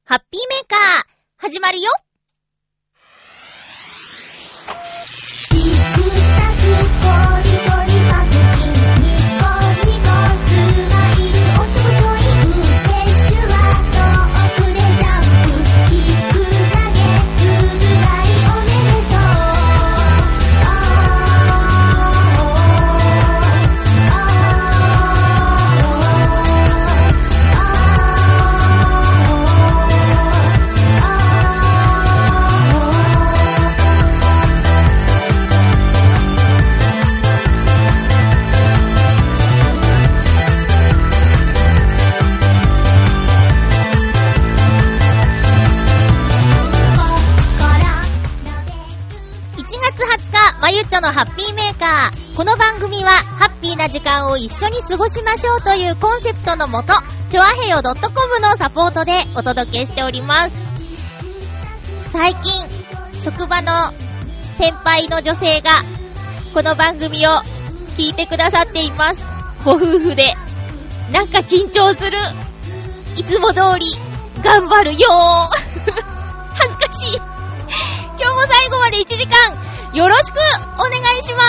ハッピーメーカー始まるよ。まゆっちょのハッピーメーカー。この番組はハッピーな時間を一緒に過ごしましょうというコンセプトのもと、ちょあへよ .com のサポートでお届けしております。最近職場の先輩の女性がこの番組を聞いてくださっています。ご夫婦でなんか緊張する。いつも通り頑張るよ恥ずかしい。今日も最後まで1時間よろしくお願いします。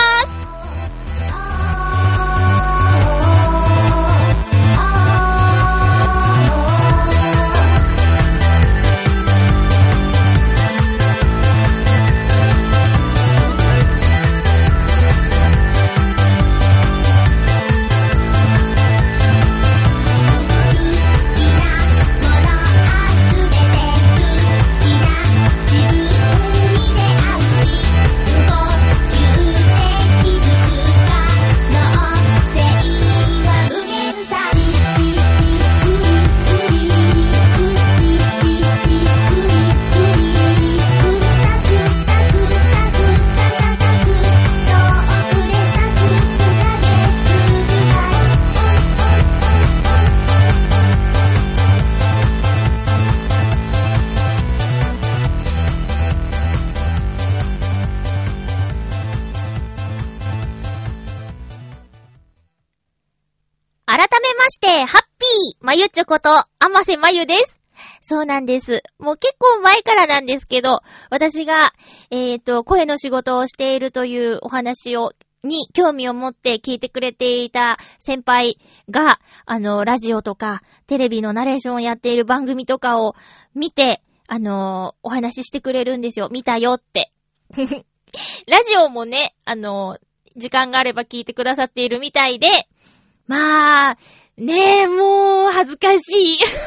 ハッピーまゆっちょことあませまゆです。そうなんです。もう結構前からなんですけど、私が声の仕事をしているというお話に興味を持って聞いてくれていた先輩がラジオとかテレビのナレーションをやっている番組とかを見てお話ししてくれるんですよ。見たよってラジオもね時間があれば聞いてくださっているみたいで、まあねえ、もう、恥ずかしい。そん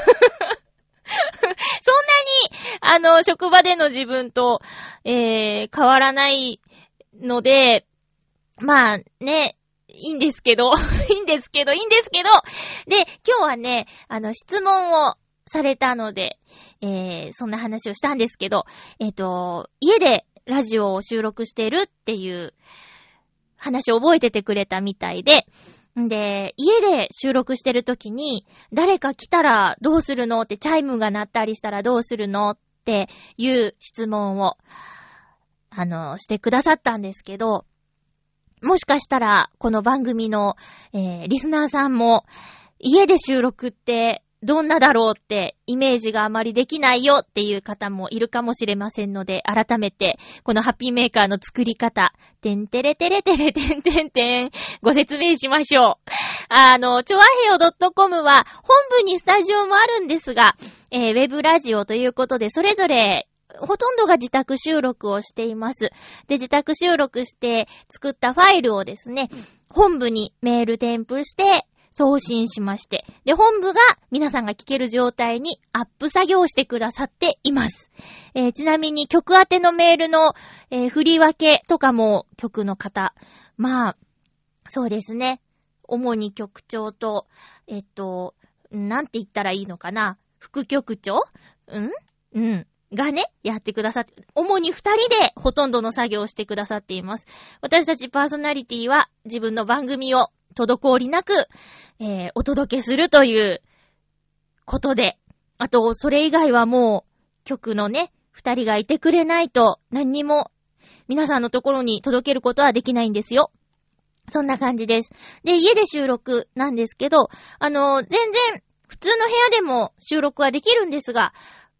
なに、職場での自分と、変わらないので、まあ、ね、いいんですけど、で、今日はね、質問をされたので、そんな話をしたんですけど、家でラジオを収録してるっていう話を覚えててくれたみたいで、で、家で収録してるときに、誰か来たらどうするのって、チャイムが鳴ったりしたらどうするのっていう質問を、してくださったんですけど、もしかしたら、この番組の、リスナーさんも、家で収録ってどんなだろうってイメージがあまりできないよっていう方もいるかもしれませんので、改めてこのハッピーメーカーの作り方、てんてれてれてれてんてんてんご説明しましょう。ちょあへよ .com は本部にスタジオもあるんですが、ウェブラジオということでそれぞれほとんどが自宅収録をしています。で、自宅収録して作ったファイルをですね、本部にメール添付して送信しまして、で、本部が皆さんが聞ける状態にアップ作業してくださっています。ちなみに曲宛てのメールの、振り分けとかも曲の方、まあ、そうですね。主に局長と、なんて言ったらいいのかな。副局長？がね、やってくださって、主に2人でほとんどの作業をしてくださっています。私たちパーソナリティは自分の番組を滞りなく、お届けするということで、あとそれ以外はもう局のね2人がいてくれないと何にも皆さんのところに届けることはできないんですよ。そんな感じです。で、家で収録なんですけど、全然普通の部屋でも収録はできるんですが、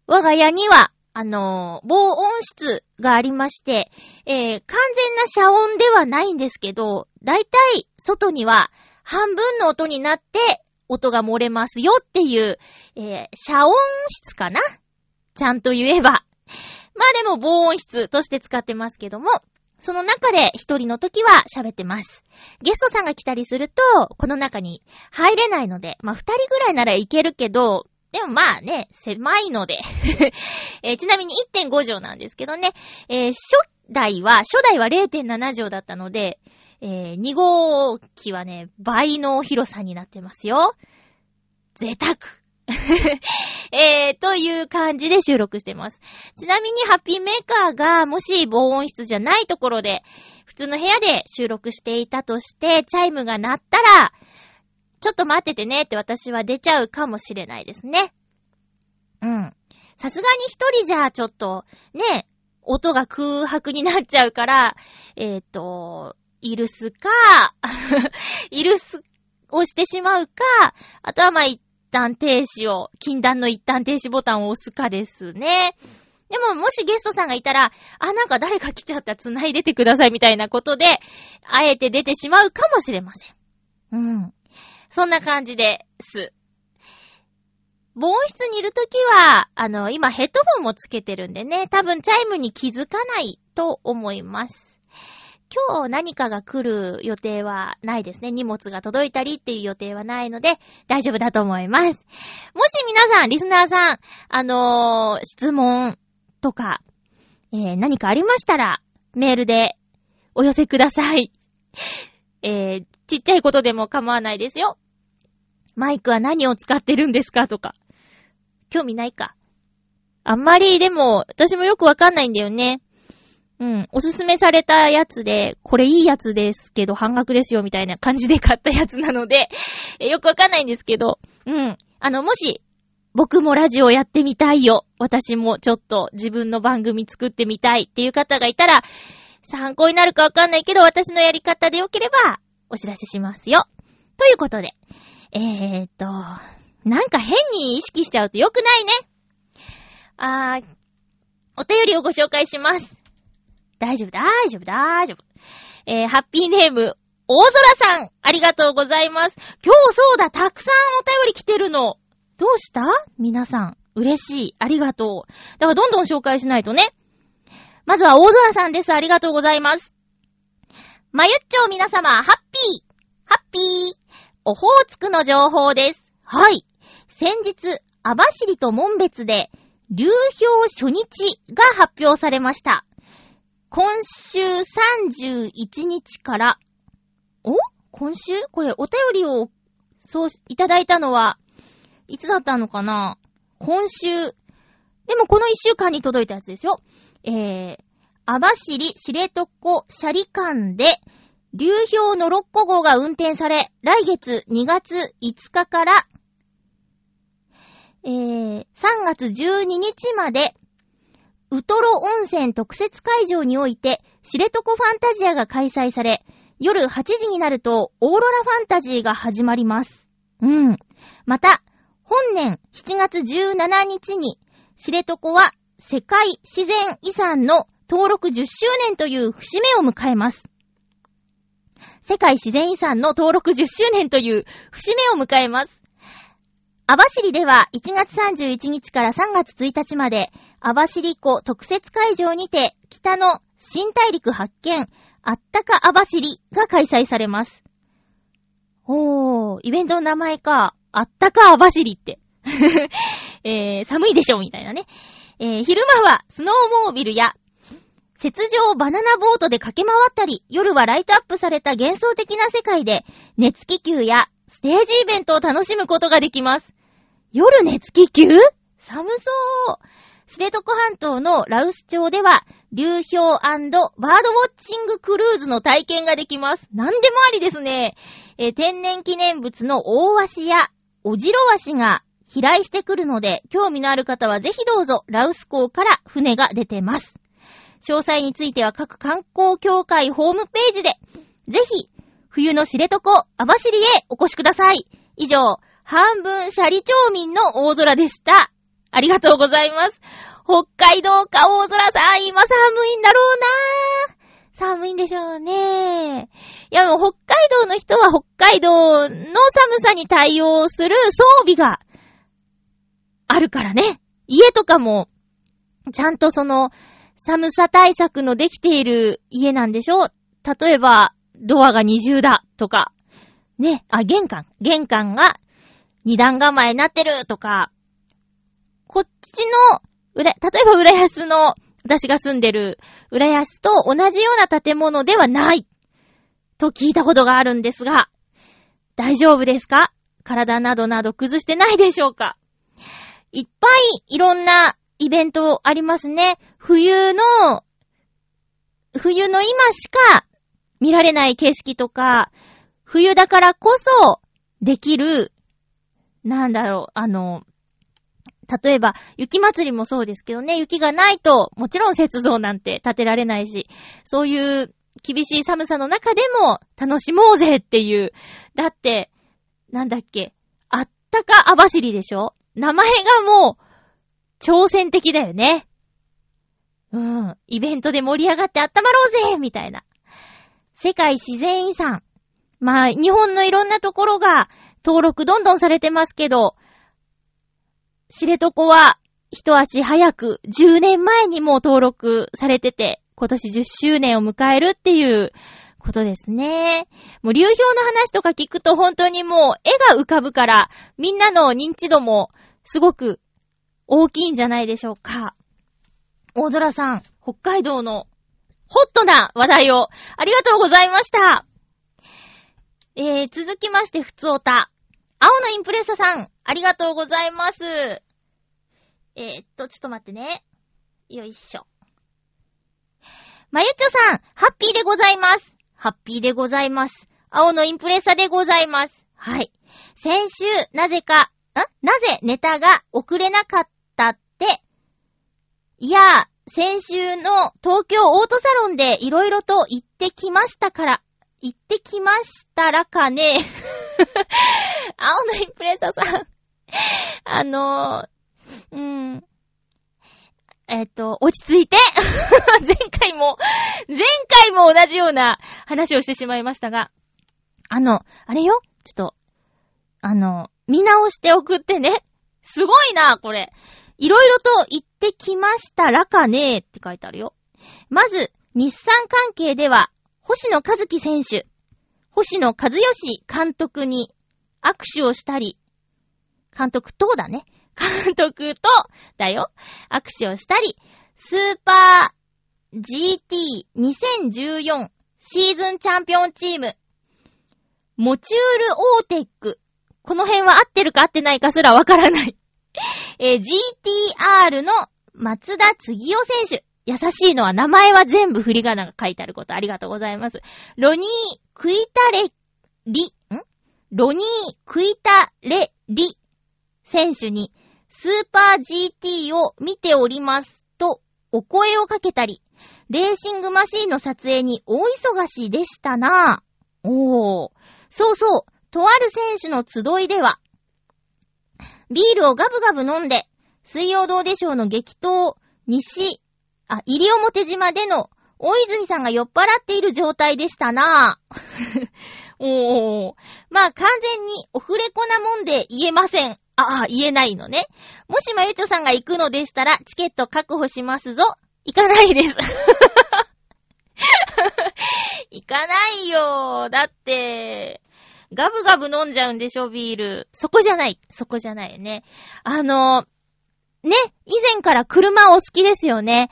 我が家には、防音室がありまして、完全な遮音ではないんですけど、だいたい外には半分の音になって音が漏れますよっていう、遮音室かな？ちゃんと言えば。まあでも防音室として使ってますけども、その中で一人の時は喋ってます。ゲストさんが来たりすると、この中に入れないので、まあ二人ぐらいならいけるけど、でもまあね、狭いので、ちなみに 1.5 畳なんですけどね、初代は 0.7 畳だったので、2号機はね、倍の広さになってますよ。贅沢。という感じで収録してます。ちなみにハッピーメーカーがもし防音室じゃないところで、普通の部屋で収録していたとして、チャイムが鳴ったら、ちょっと待っててねって私は出ちゃうかもしれないですね。うん。さすがに一人じゃちょっと、ね、音が空白になっちゃうから、イルスか、イルスをしてしまうか、あとはまあ一旦停止を、禁断の一旦停止ボタンを押すかですね。でももしゲストさんがいたら、なんか誰か来ちゃった繋いでてくださいみたいなことで、あえて出てしまうかもしれません。うん。そんな感じです。防音室にいるときは、今ヘッドホンもつけてるんでね、多分チャイムに気づかないと思います。今日何かが来る予定はないですね。荷物が届いたりっていう予定はないので、大丈夫だと思います。もし皆さん、リスナーさん、質問とか、何かありましたら、メールでお寄せください。ちっちゃいことでも構わないですよ。マイクは何を使ってるんですかとか。興味ないか。あんまりでも、私もよくわかんないんだよね。うん。おすすめされたやつで、これいいやつですけど半額ですよみたいな感じで買ったやつなので、よくわかんないんですけど、うん。もし、僕もラジオやってみたいよ。私もちょっと自分の番組作ってみたいっていう方がいたら、参考になるかわかんないけど、私のやり方でよければ、お知らせしますよ。ということで。なんか変に意識しちゃうと良くないね。お便りをご紹介します。大丈夫。ハッピーネーム、大空さん、ありがとうございます。今日そうだ、たくさんお便り来てるの。どうした？皆さん、嬉しい。ありがとう。だからどんどん紹介しないとね。まずは大空さんです。ありがとうございます。まゆっちょ皆様、ハッピー。オホーツクの情報です。はい。先日、網走と紋別で、流氷初日が発表されました。今週31日から、今週？これお便りを、そう、いただいたのは、いつだったのかな？今週。でもこの1週間に届いたやつですよ。網走知床斜里間で、流氷の6個号が運転され、来月2月5日から、3月12日まで、ウトロ温泉特設会場において、知床ファンタジアが開催され、夜8時になると、オーロラファンタジーが始まります。また、本年7月17日に、知床は世界自然遺産の登録10周年という節目を迎えます。世界自然遺産の登録10周年という節目を迎えます。網走では1月31日から3月1日まで網走湖特設会場にて北の新大陸発見あったか網走が開催されます。イベントの名前か。あったか網走って。寒いでしょみたいなね。昼間はスノーモービルや雪上バナナボートで駆け回ったり、夜はライトアップされた幻想的な世界で熱気球やステージイベントを楽しむことができます。夜熱気球？寒そう。知床半島の羅臼町では流氷&バードウォッチングクルーズの体験ができます。なんでもありですね。天然記念物の大ワシやオジロワシが飛来してくるので、興味のある方はぜひどうぞ。羅臼港から船が出てます。詳細については各観光協会ホームページで、ぜひ、冬の知床、網走へお越しください。以上、半分シャリ町民の大空でした。 ありがとうございます。北海道か大空さん、今寒いんだろうなぁ。寒いんでしょうね。いやもう北海道の人は北海道の寒さに対応する装備があるからね。家とかもちゃんとその寒さ対策のできている家なんでしょ。例えばドアが二重だとかね、玄関が二段構えになってるとか、こっちの例えば浦安の私が住んでる浦安と同じような建物ではないと聞いたことがあるんですが、大丈夫ですか？体などなど崩してないでしょうか？いっぱいいろんなイベントありますね。冬の今しか見られない景色とか、冬だからこそできる、なんだろう、例えば雪祭りもそうですけどね、雪がないともちろん雪像なんて建てられないし、そういう厳しい寒さの中でも楽しもうぜっていう。だってなんだっけ、あったか網走でしょ。名前がもう挑戦的だよね。イベントで盛り上がって温まろうぜみたいな。世界自然遺産、まあ日本のいろんなところが登録どんどんされてますけど、知床は一足早く10年前にも登録されてて、今年10周年を迎えるっていうことですね。もう流氷の話とか聞くと本当にもう絵が浮かぶから、みんなの認知度もすごく大きいんじゃないでしょうか。大空さん、北海道のホットな話題をありがとうございました。続きましてふつおた。青のインプレッサさん、ありがとうございます。ちょっと待ってね。よいしょ。まゆちょさん、ハッピーでございます。ハッピーでございます。青のインプレッサでございます。はい。先週、なぜネタが遅れなかったって。いや、先週の東京オートサロンでいろいろと行ってきましたらかね。青のインプレッサさん。落ち着いて。前回も同じような話をしてしまいましたが。あれよ、ちょっと、見直して送ってね。すごいな、これ。いろいろと行ってきましたらかねって書いてあるよ。まず、日産関係では、星野一樹選手、星野和義監督に握手をしたり、監督とだよ。握手をしたり、スーパー GT2014 シーズンチャンピオンチーム、モチュールオーテック。この辺は合ってるか合ってないかすらわからない。GTR の松田次夫選手。優しいのは名前は全部振り仮名が書いてあることありがとうございます。ロニー・クイタレリ選手にスーパー GT を見ておりますとお声をかけたり、レーシングマシーンの撮影に大忙しでしたなぁ。そうそう、とある選手の集いでは、ビールをガブガブ飲んで、水曜どうでしょうの激闘西表島での大泉さんが酔っ払っている状態でしたなぁ。まあ完全にオフレコなもんで言えません。言えないのね。もしまゆちょさんが行くのでしたらチケット確保しますぞ。行かないです。行かないよ。だって、ガブガブ飲んじゃうんでしょ、ビール。そこじゃないね。以前から車お好きですよね。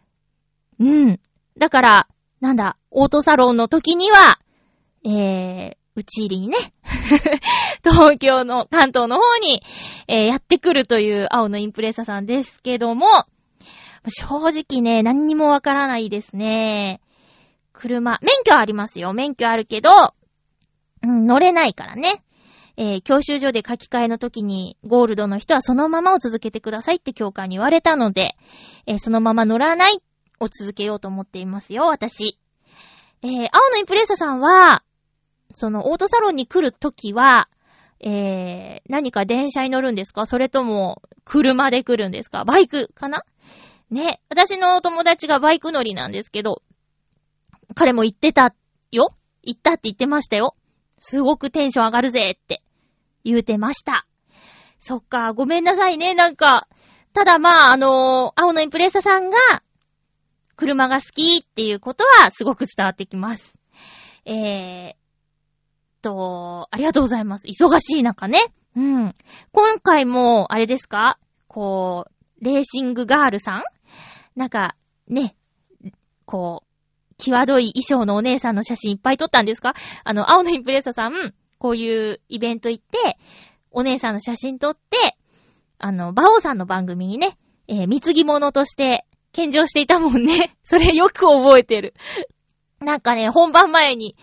だから、オートサロンの時には、うち入りにね、関東の方に、やってくるという青のインプレッサさんですけども、正直ね、何にもわからないですね。免許ありますよ。免許あるけど、乗れないからね。教習所で書き換えの時にゴールドの人はそのままを続けてくださいって教官に言われたので、そのまま乗らないを続けようと思っていますよ、私。青のインプレッサさんは、そのオートサロンに来る時は、 何か電車に乗るんですか？それとも、車で来るんですか？バイクかな？ね。私の友達がバイク乗りなんですけど、彼も行ってたよ。行ったって言ってましたよ。すごくテンション上がるぜって言うてました。そっか、ごめんなさいね。なんか、ただまあ、青のインプレッサさんが、車が好きっていうことはすごく伝わってきます。ありがとうございます。忙しい中ね。うん。今回も、あれですか？こう、レーシングガールさん？なんか、ね、こう、際どい衣装のお姉さんの写真いっぱい撮ったんですか？青のインプレッサさん、こういうイベント行って、お姉さんの写真撮って、馬王さんの番組にね、貢ぎ物として献上していたもんね。それよく覚えてる。なんかね、本番前に、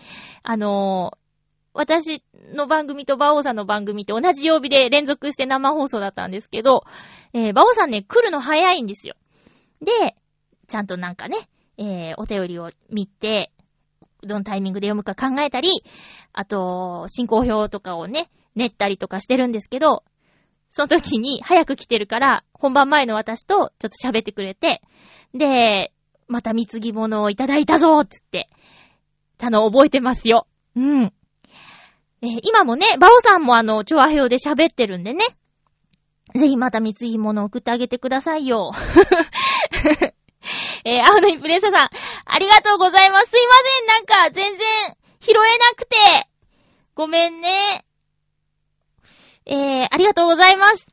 私の番組と馬王さんの番組って同じ曜日で連続して生放送だったんですけど、馬王さんね、来るの早いんですよ。で、ちゃんとなんかね、お便りを見て、どのタイミングで読むか考えたり、あと、進行表とかをね、練ったりとかしてるんですけど、その時に早く来てるから、本番前の私とちょっと喋ってくれて、で、また貢ぎ物をいただいたぞつって、覚えてますよ。うん。今もね、バオさんもチョアヘヨで喋ってるんでね。ぜひまた貢ぎ物を送ってあげてくださいよ。青のインプレッサさん、ありがとうございます。すいません、なんか全然拾えなくて。ごめんね。ありがとうございます。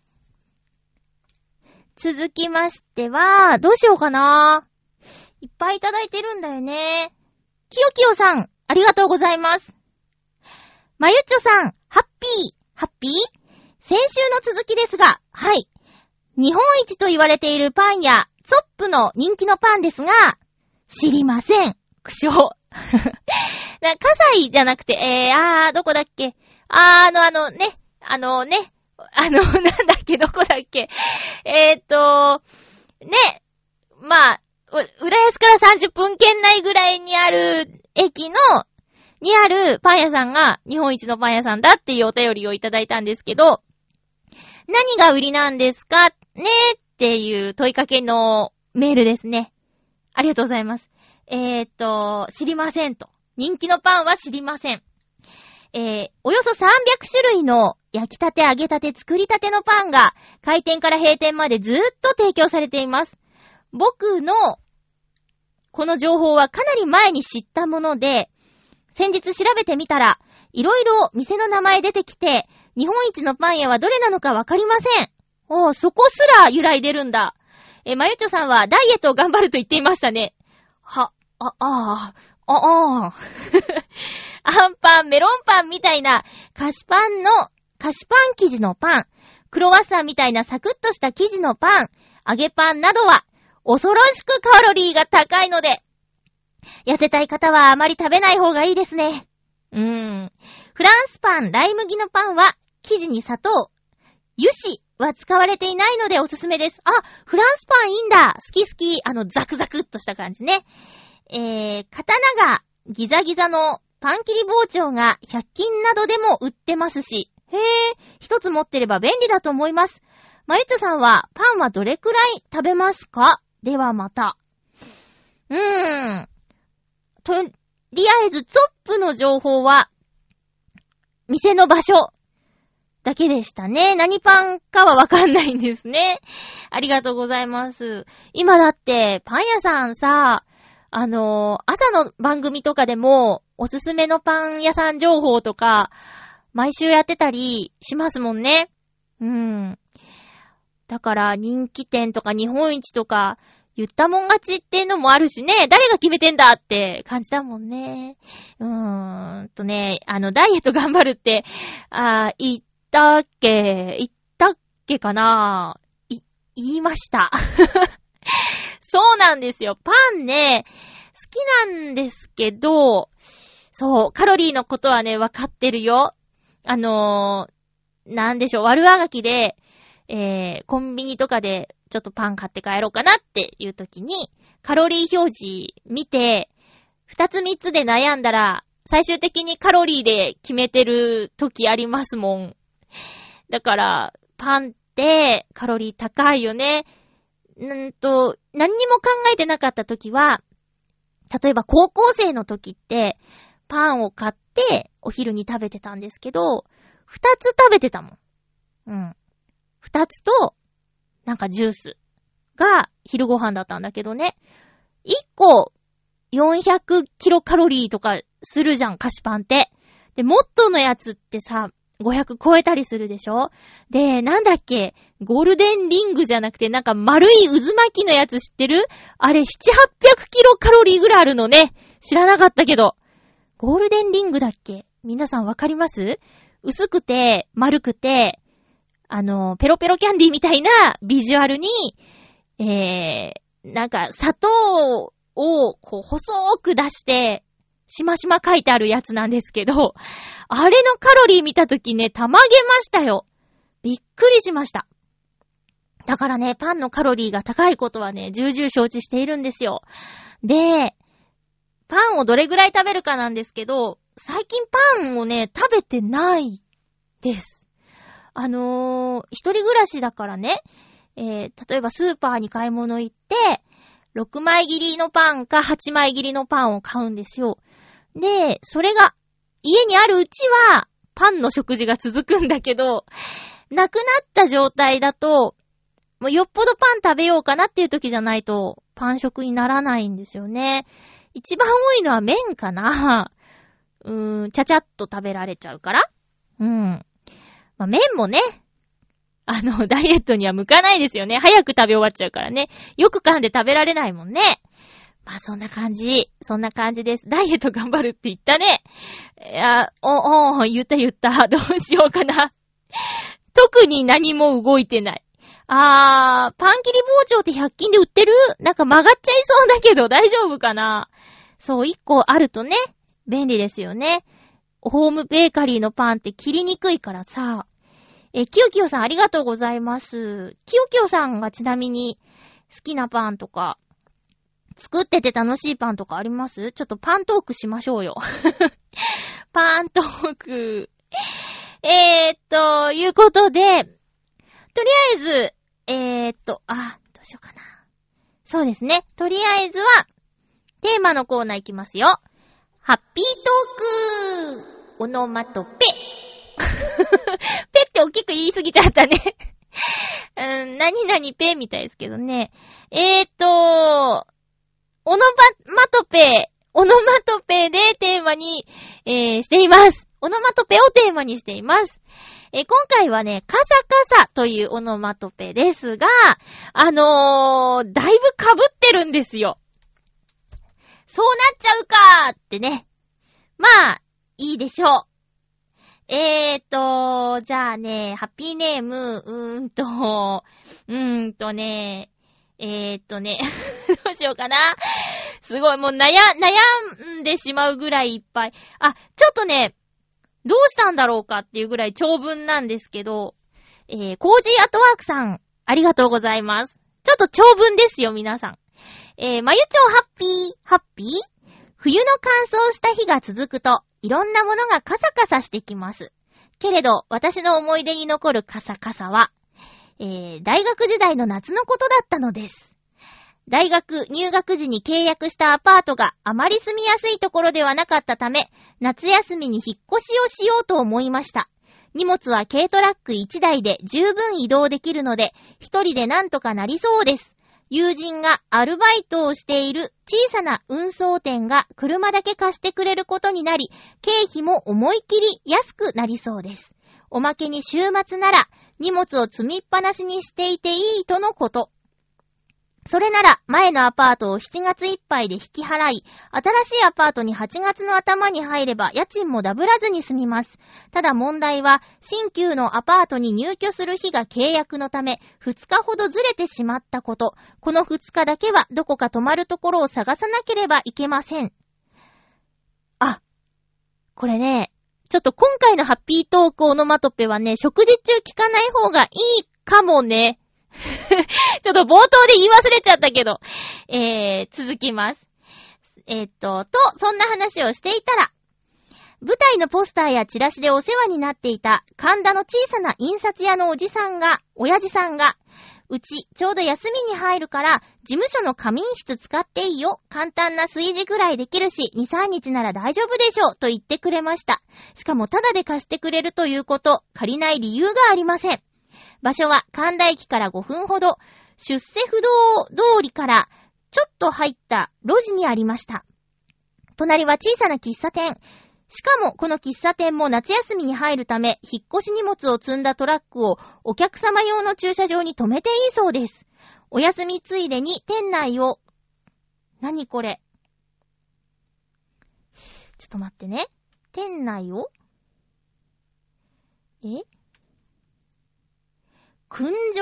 続きましては、どうしようかな。いっぱいいただいてるんだよね。きよきよさん、ありがとうございます。まゆっちょさん、ハッピー先週の続きですが、はい。日本一と言われているパン屋、ツォップの人気のパンですが、知りません。苦笑。葛西じゃなくて、どこだっけ？なんだっけ、どこだっけ？まあ、浦安から30分圏内ぐらいにある駅にあるパン屋さんが日本一のパン屋さんだっていうお便りをいただいたんですけど、何が売りなんですかねっていう問いかけのメールですね。ありがとうございます。知りませんと。人気のパンは知りません。およそ300種類の焼きたて揚げたて作りたてのパンが開店から閉店までずーっと提供されています。僕のこの情報はかなり前に知ったもので、先日調べてみたらいろいろ店の名前出てきて、日本一のパン屋はどれなのかわかりません。そこすら由来出るんだ。まゆちょさんはダイエットを頑張ると言っていましたね。アンパン、メロンパンみたいな菓子パン生地のパン、クロワッサンみたいなサクッとした生地のパン、揚げパンなどは恐ろしくカロリーが高いので、痩せたい方はあまり食べない方がいいですね。フランスパン、ライ麦のパンは生地に砂糖、油脂は使われていないのでおすすめです。フランスパンいいんだ。好き。ザクザクっとした感じね。刀がギザギザのパン切り包丁が100均などでも売ってますし、一つ持ってれば便利だと思います。まゆつさんはパンはどれくらい食べますか？ではまた。とりあえずツォップの情報は店の場所だけでしたね。何パンかはわかんないんですね。ありがとうございます。今だってパン屋さんさ、朝の番組とかでもおすすめのパン屋さん情報とか毎週やってたりしますもんね。だから人気店とか日本一とか言ったもん勝ちっていうのもあるしね、誰が決めてんだって感じだもんね。ダイエット頑張るって、言ったっけかな？言いました。そうなんですよ。パンね、好きなんですけど、そう、カロリーのことはね、わかってるよ。なんでしょう、悪あがきで、コンビニとかでちょっとパン買って帰ろうかなっていう時に、カロリー表示見て、2つ3つで悩んだら、最終的にカロリーで決めてる時ありますもん。 だから、パンってカロリー高いよね。何にも考えてなかった時は、例えば高校生の時って、パンを買ってお昼に食べてたんですけど、2つ食べてたもん。うん。2つと、なんかジュースが昼ご飯だったんだけどね。1個400キロカロリーとかするじゃん、菓子パンって。で、もっとのやつってさ、500超えたりするでしょ？で、なんだっけ、ゴールデンリングじゃなくて、なんか丸い渦巻きのやつ知ってる？あれ、7、800キロカロリーぐらいあるのね。知らなかったけど。ゴールデンリングだっけ？皆さんわかります？薄くて、丸くて、ペロペロキャンディーみたいなビジュアルに、なんか砂糖をこう細く出して、しましま書いてあるやつなんですけど、あれのカロリー見たときね、たまげましたよ。びっくりしました。だからね、パンのカロリーが高いことはね、重々承知しているんですよ。で、パンをどれぐらい食べるかなんですけど、最近パンをね、食べてないです。一人暮らしだからね、例えばスーパーに買い物行って、6枚切りのパンか8枚切りのパンを買うんですよ。で、それが家にあるうちはパンの食事が続くんだけど、なくなった状態だと、もうよっぽどパン食べようかなっていう時じゃないとパン食にならないんですよね。一番多いのは麺かな。ちゃちゃっと食べられちゃうから。まあ、麺もね、ダイエットには向かないですよね。早く食べ終わっちゃうからね。よく噛んで食べられないもんね。まあそんな感じです。ダイエット頑張るって言ったね。いや、言った。どうしようかな。特に何も動いてない。パン切り包丁って100均で売ってる？なんか曲がっちゃいそうだけど大丈夫かな？そう、1個あるとね、便利ですよね。ホームベーカリーのパンって切りにくいからさ。きよきよさんありがとうございます。きよきよさんがちなみに好きなパンとか、作ってて楽しいパンとかあります？ちょっとパントークしましょうよ。パントーク。いうことで、とりあえず、どうしようかな。そうですね。とりあえずは、テーマのコーナーいきますよ。ハッピートークオノマトペ。ペって大きく言いすぎちゃったね。何々ペみたいですけどね。オノマトペでテーマに、しています。オノマトペをテーマにしています。今回はね、カサカサというオノマトペですが、だいぶ被ってるんですよ。そうなっちゃうかーってね。まあ、いいでしょう。じゃあね、ハッピーネーム、どうしようかな。すごい、もう悩んでしまうぐらいいっぱい。ちょっとね、どうしたんだろうかっていうぐらい長文なんですけど、コージーアットワークさん、ありがとうございます。ちょっと長文ですよ、皆さん。まゆちょハッピー冬の乾燥した日が続くと、いろんなものがカサカサしてきます。けれど、私の思い出に残るカサカサは、大学時代の夏のことだったのです。大学入学時に契約したアパートがあまり住みやすいところではなかったため、夏休みに引っ越しをしようと思いました。荷物は軽トラック1台で十分移動できるので、一人でなんとかなりそうです。友人がアルバイトをしている小さな運送店が車だけ貸してくれることになり、経費も思い切り安くなりそうです。おまけに週末なら荷物を積みっぱなしにしていていいとのこと。それなら前のアパートを7月いっぱいで引き払い、新しいアパートに8月の頭に入れば家賃もダブらずに済みます。ただ問題は新旧のアパートに入居する日が契約のため2日ほどずれてしまったこと。この2日だけはどこか泊まるところを探さなければいけません。これね、ちょっと今回のハッピートークオノマトペはね、食事中聞かない方がいいかもね。ちょっと冒頭で言い忘れちゃったけど、続きます。そんな話をしていたら、 舞台のポスターやチラシでお世話になっていた神田の小さな印刷屋の親父さんが、うちちょうど休みに入るから事務所の仮眠室使っていいよ。簡単な炊事くらいできるし、2、3日なら大丈夫でしょと言ってくれました。しかもタダで貸してくれるということ、借りない理由がありません。場所は神田駅から5分ほど、出世不動通りからちょっと入った路地にありました。隣は小さな喫茶店。しかもこの喫茶店も夏休みに入るため、引っ越し荷物を積んだトラックをお客様用の駐車場に止めていいそうです。お休みついでに店内を、何これ？ちょっと待ってね。店内を訓上？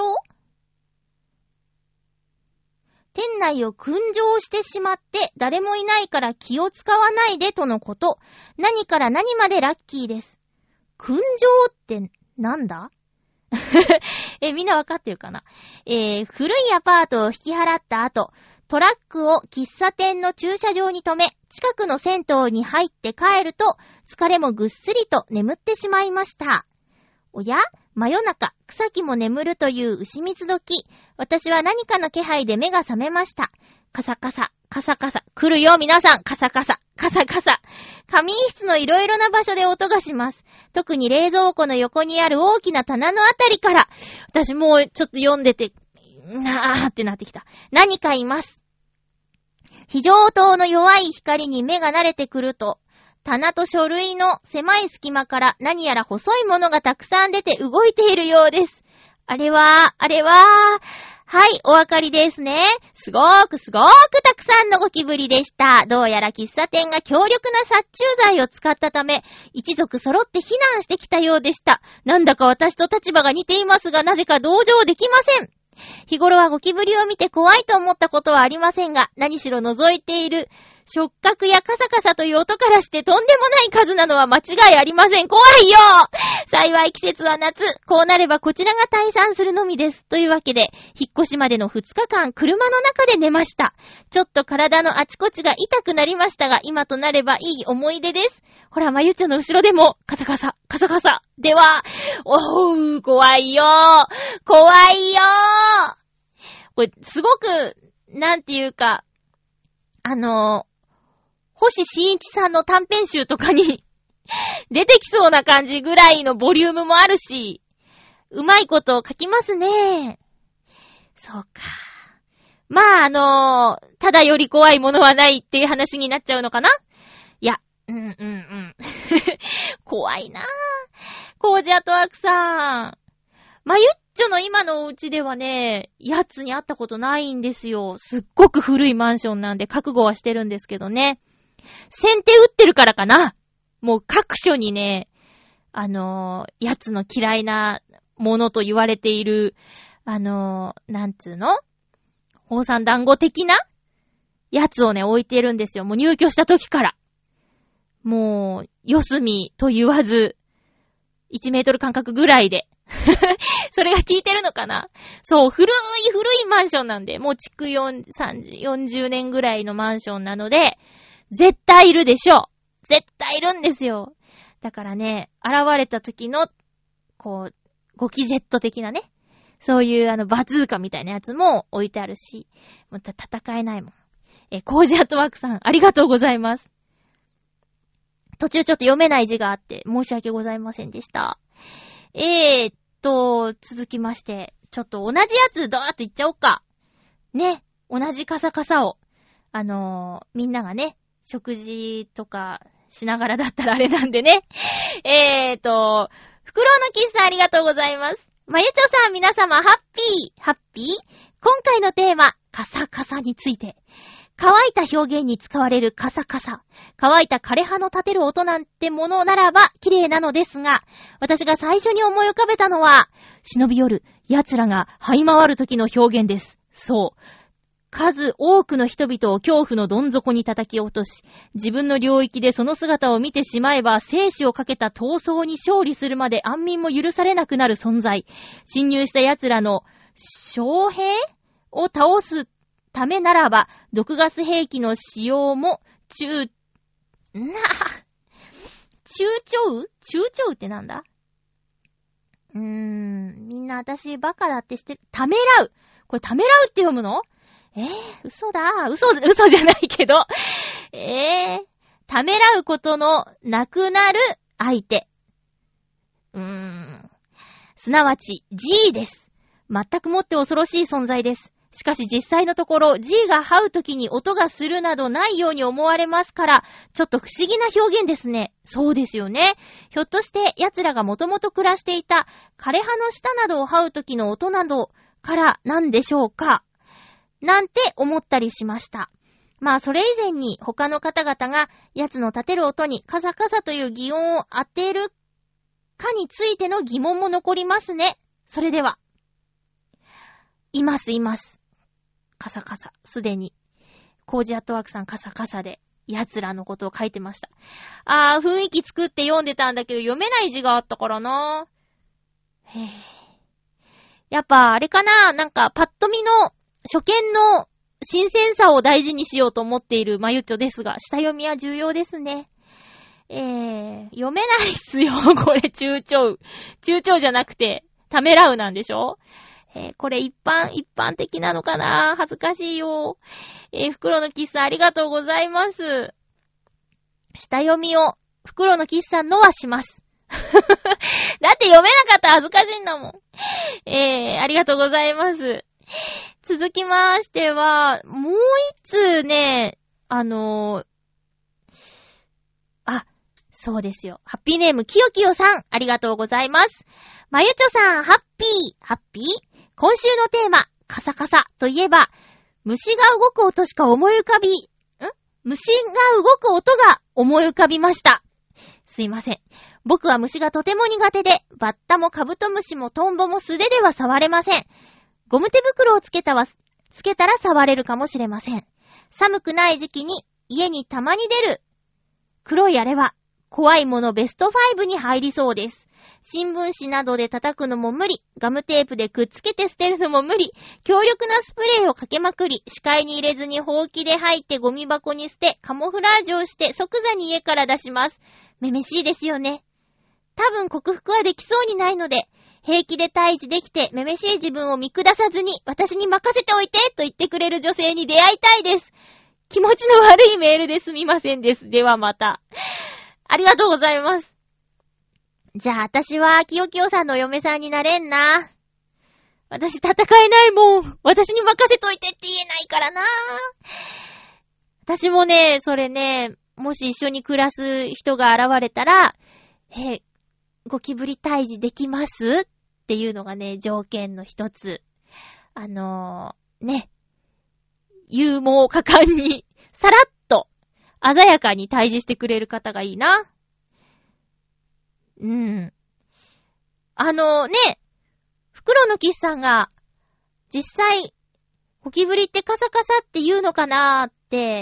店内を訓上してしまって誰もいないから気を使わないでとのこと。何から何までラッキーです。訓上ってなんだ？みんなわかってるかな？古いアパートを引き払った後、トラックを喫茶店の駐車場に止め、近くの銭湯に入って帰ると、疲れもぐっすりと眠ってしまいました。おや？真夜中、草木も眠るという牛蜜時、私は何かの気配で目が覚めました。カサカサ、カサカサ、来るよ皆さん、カサカサ、カサカサ。仮眠室のいろいろな場所で音がします。特に冷蔵庫の横にある大きな棚のあたりから、私もうちょっと読んでて、ってなってきた。何かいます。非常灯の弱い光に目が慣れてくると、棚と書類の狭い隙間から何やら細いものがたくさん出て動いているようです。あれは、はい、お分かりですね。すごーくたくさんのゴキブリでした。どうやら喫茶店が強力な殺虫剤を使ったため、一族揃って避難してきたようでした。なんだか私と立場が似ていますが、なぜか同情できません。日頃はゴキブリを見て怖いと思ったことはありませんが、何しろ覗いている触覚やカサカサという音からしてとんでもない数なのは間違いありません。怖いよ！幸い季節は夏。こうなればこちらが退散するのみです。というわけで、引っ越しまでの2日間、車の中で寝ました。ちょっと体のあちこちが痛くなりましたが、今となればいい思い出です。ほら、まゆちょの後ろでも、カサカサ、カサカサ。では、怖いよー。怖いよー。これ、すごく、なんていうか、星新一さんの短編集とかに出てきそうな感じぐらいのボリュームもあるし、うまいこと書きますね。そうか。まあ、ただより怖いものはないっていう話になっちゃうのかな？いや、怖いなぁ。コージアトワークさん。まゆっちょの今のお家ではね、やつに会ったことないんですよ。すっごく古いマンションなんで覚悟はしてるんですけどね。先手打ってるからかな。もう各所にね、やつの嫌いなものと言われている、なんつうの？宝山団子的なやつをね、置いてるんですよ。もう入居した時から。もう、四隅と言わず、1メートル間隔ぐらいで。それが効いてるのかな？そう、古いマンションなんで、もう築40年ぐらいのマンションなので、絶対いるでしょう。絶対いるんですよ。だからね、現れた時の、こう、ゴキジェット的なね、そういうバズーカみたいなやつも置いてあるし、また戦えないもん。コージアットワークさん、ありがとうございます。途中ちょっと読めない字があって、申し訳ございませんでした。続きまして、ちょっと同じやつドーッといっちゃおうか。ね、同じカサカサを。みんながね、食事とかしながらだったらあれなんでね。フクロウのキスさんありがとうございます。まゆちょさん皆様ハッピー今回のテーマ、カサカサについて。乾いた表現に使われるカサカサ。乾いた枯葉の立てる音なんてものならば綺麗なのですが、私が最初に思い浮かべたのは、忍び寄る奴らが這い回る時の表現です。そう。数多くの人々を恐怖のどん底に叩き落とし、自分の領域でその姿を見てしまえば生死をかけた闘争に勝利するまで安眠も許されなくなる存在。侵入した奴らの将兵を倒すためならば、毒ガス兵器の使用も中長ってなんだ？みんな私バカだってしてる。ためらう。これためらうって読むの？嘘だ。嘘じゃないけど。ためらうことのなくなる相手。すなわち G です。全くもって恐ろしい存在です。しかし実際のところ G が這うときに音がするなどないように思われますから、ちょっと不思議な表現ですね。そうですよね。ひょっとして奴らがもともと暮らしていた枯葉の下などを這うときの音などからなんでしょうか、なんて思ったりしました。まあそれ以前に他の方々が奴の立てる音にカサカサという擬音を当てるかについての疑問も残りますね。それでは。います。カサカサ。すでに。コージアットワークさんカサカサで奴らのことを書いてました。雰囲気作って読んでたんだけど読めない字があったからな。やっぱあれかな、なんかパッと見の初見の新鮮さを大事にしようと思っているまゆっちょですが、下読みは重要ですね。読めないっすよ、これ中長じゃなくて、ためらうなんでしょ？これ一般的なのかな？恥ずかしいよ。袋のキスさんありがとうございます。下読みを袋のキスさんのはします。だって読めなかったら恥ずかしいんだもん。ありがとうございます。続きましては、もう一通ね、そうですよ。ハッピーネームきよきよさん、ありがとうございます。まゆちょさん、ハッピー今週のテーマ、カサカサといえば、虫が動く音しか思い浮かび、虫が動く音が思い浮かびました。すいません。僕は虫がとても苦手で、バッタもカブトムシもトンボも素手では触れません。ゴム手袋をつけたら触れるかもしれません。寒くない時期に家にたまに出る黒いあれは怖いものベスト5に入りそうです。新聞紙などで叩くのも無理、ガムテープでくっつけて捨てるのも無理、強力なスプレーをかけまくり、視界に入れずにほうきで吐いてゴミ箱に捨て、カモフラージュをして即座に家から出します。めめしいですよね。多分克服はできそうにないので、平気で退治できてめめしい自分を見下さずに私に任せておいてと言ってくれる女性に出会いたいです。気持ちの悪いメールですみませんです。ではまた。ありがとうございます。じゃあ私はきよきよさんの嫁さんになれんな。私戦えないもん。私に任せといてって言えないからな。私もね、それね、もし一緒に暮らす人が現れたら、ゴキブリ退治できますっていうのがね、条件の一つ。ね、勇猛果敢に、さらっと、鮮やかに退治してくれる方がいいな。ね、袋のキスさんが、実際、ゴキブリってカサカサって言うのかなーって、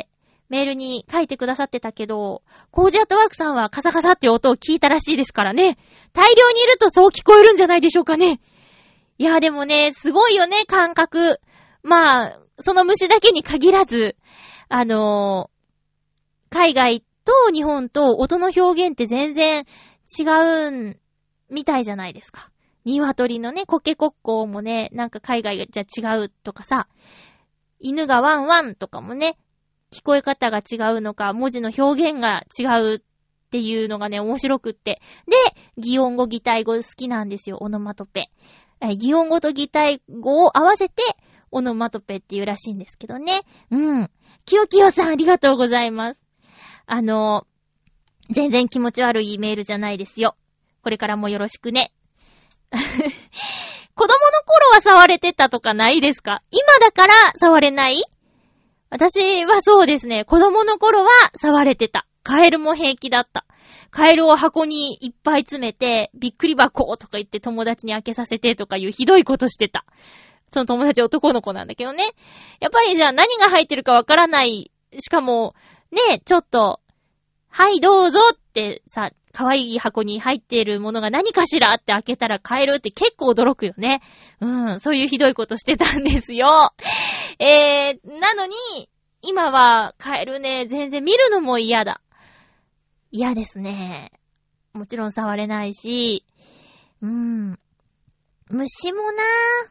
メールに書いてくださってたけど、コージアットワークさんはカサカサって音を聞いたらしいですからね。大量にいるとそう聞こえるんじゃないでしょうかね。いや、でもね、すごいよね、感覚。まあ、その虫だけに限らず、海外と日本と音の表現って全然違うんみたいじゃないですか。鶏のね、コケコッコーもね、なんか海外じゃ違うとかさ、犬がワンワンとかもね、聞こえ方が違うのか、文字の表現が違うっていうのがね、面白くって。で、擬音語、擬態語好きなんですよ、オノマトペ。擬音語と擬態語を合わせて、オノマトペっていうらしいんですけどね。きよきよさんありがとうございます。全然気持ち悪いメールじゃないですよ。これからもよろしくね。子供の頃は触れてたとかないですか？今だから触れない？私はそうですね。子供の頃は触れてた。カエルも平気だった。カエルを箱にいっぱい詰めて、びっくり箱とか言って友達に開けさせてとかいうひどいことしてた。その友達男の子なんだけどね。やっぱりじゃあ何が入ってるかわからない。しかも、ね、ちょっと、はいどうぞってさ、可愛い箱に入っているものが何かしらって開けたらカエルって結構驚くよね。そういうひどいことしてたんですよ。なのに、今はカエルね、全然見るのも嫌だ。嫌ですね。 もちろん触れないし、虫もな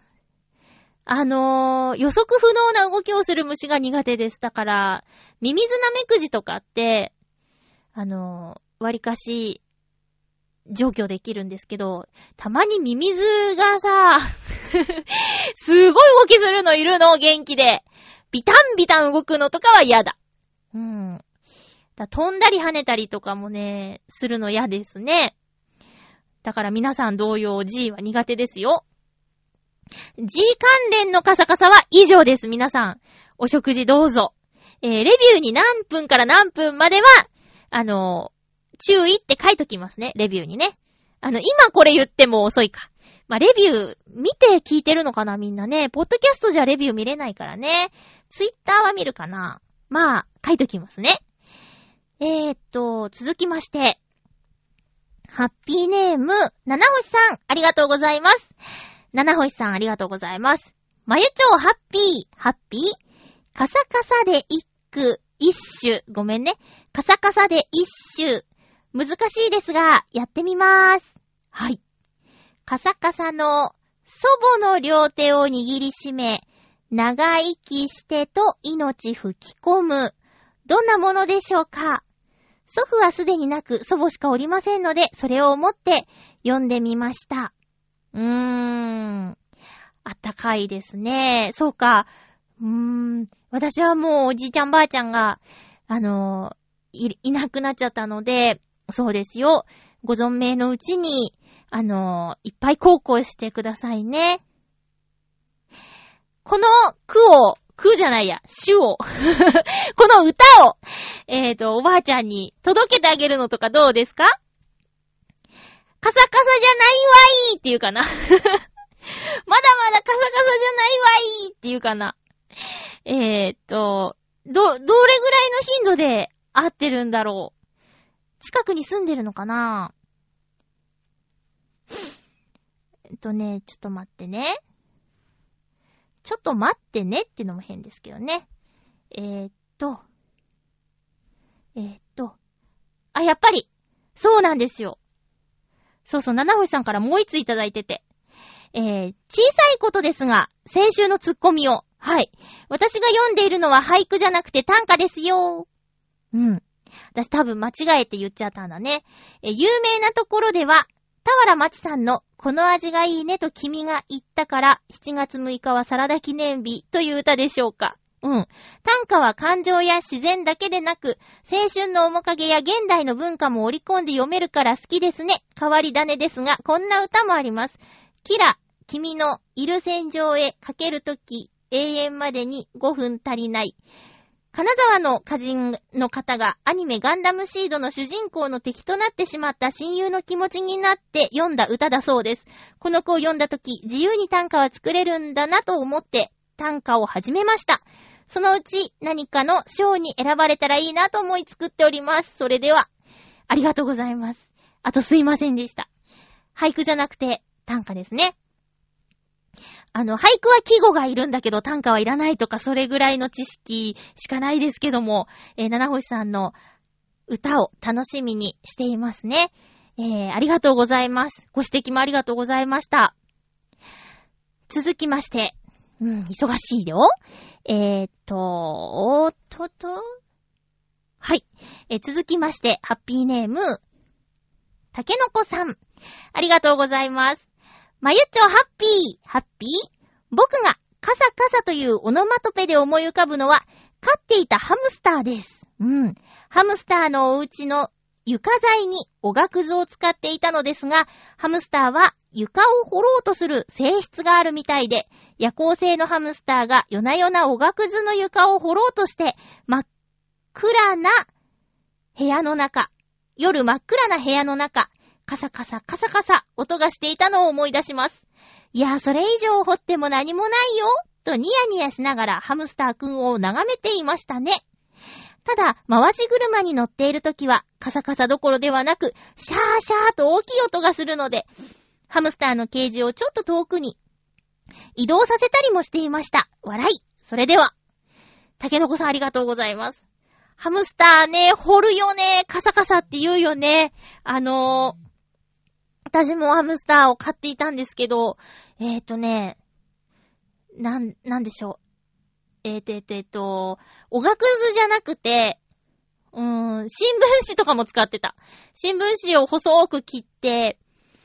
予測不能な動きをする虫が苦手です。だから、ミミズナメクジとかって、割かし、除去できるんですけど、たまにミミズがさ、すごい動きするのいるの、元気で。ビタンビタン動くのとかは嫌だ。飛んだり跳ねたりとかもね、するの嫌ですね。だから皆さん同様 G は苦手ですよ。G 関連のカサカサは以上です。皆さん、お食事どうぞ。レビューに何分から何分までは、注意って書いときますね。レビューにね。今これ言っても遅いか。まあ、レビュー見て聞いてるのかなみんなね。ポッドキャストじゃレビュー見れないからね。ツイッターは見るかな。まあ、書いときますね。続きまして。ハッピーネーム、七星さん、ありがとうございます。七星さん、ありがとうございます。まゆちょうハッピーカサカサで一首。ごめんね。カサカサで一首。難しいですが、やってみます。はい。カサカサの祖母の両手を握りしめ、長生きしてと命吹き込む。どんなものでしょうか？祖父はすでになく祖母しかおりませんので、それを思って読んでみました。あったかいですね。そうか。私はもうおじいちゃんばあちゃんが、いなくなっちゃったので、そうですよ。ご存命のうちに、いっぱい孝行してくださいね。この句じゃないや、詩を、この歌を、おばあちゃんに届けてあげるのとかどうですか？カサカサじゃないわいっていうかな。まだまだカサカサじゃないわいっていうかな。どれぐらいの頻度で会ってるんだろう。近くに住んでるのかな？ちょっと待ってね。ちょっと待ってねっていうのも変ですけどね。やっぱり、そうなんですよ。そう、七星さんからもう一ついただいてて。小さいことですが、先週のツッコミを。はい。私が読んでいるのは俳句じゃなくて短歌ですよ。私多分間違えて言っちゃったんだね。有名なところでは、田原町さんのこの味がいいねと君が言ったから7月6日はサラダ記念日という歌でしょうか。短歌は感情や自然だけでなく、青春の面影や現代の文化も織り込んで読めるから好きですね。変わり種ですが、こんな歌もあります。キラ、君のいる戦場へかけるとき、永遠までに5分足りない。金沢の歌人の方がアニメガンダムシードの主人公の敵となってしまった親友の気持ちになって読んだ歌だそうです。この句を読んだとき、自由に短歌は作れるんだなと思って短歌を始めました。そのうち何かの賞に選ばれたらいいなと思い作っております。それでは、ありがとうございます。あとすいませんでした。俳句じゃなくて短歌ですね。俳句は季語がいるんだけど短歌はいらないとかそれぐらいの知識しかないですけども、七星さんの歌を楽しみにしていますね。ありがとうございます。ご指摘もありがとうございました。続きまして、忙しいよ。はい。続きまして、ハッピーネーム、たけのこさん。ありがとうございます。まゆっちょハッピー僕がカサカサというオノマトペで思い浮かぶのは、飼っていたハムスターです。ハムスターのお家の床材におがくずを使っていたのですが、ハムスターは床を掘ろうとする性質があるみたいで、夜行性のハムスターが夜な夜なおがくずの床を掘ろうとして真っ暗な部屋の中、夜真っ暗な部屋の中、カサカサカサカサ音がしていたのを思い出します。いや、それ以上掘っても何もないよとニヤニヤしながらハムスターくんを眺めていましたね。ただ、回し車に乗っているときはカサカサどころではなく、シャーシャーと大きい音がするので、ハムスターのケージをちょっと遠くに移動させたりもしていました。笑い。それでは、たけのこさんありがとうございます。 ハムスターね、掘るよね、カサカサって言うよね。私もハムスターを飼っていたんですけど、なんでしょう。おがくずじゃなくて、新聞紙とかも使ってた。新聞紙を細く切って、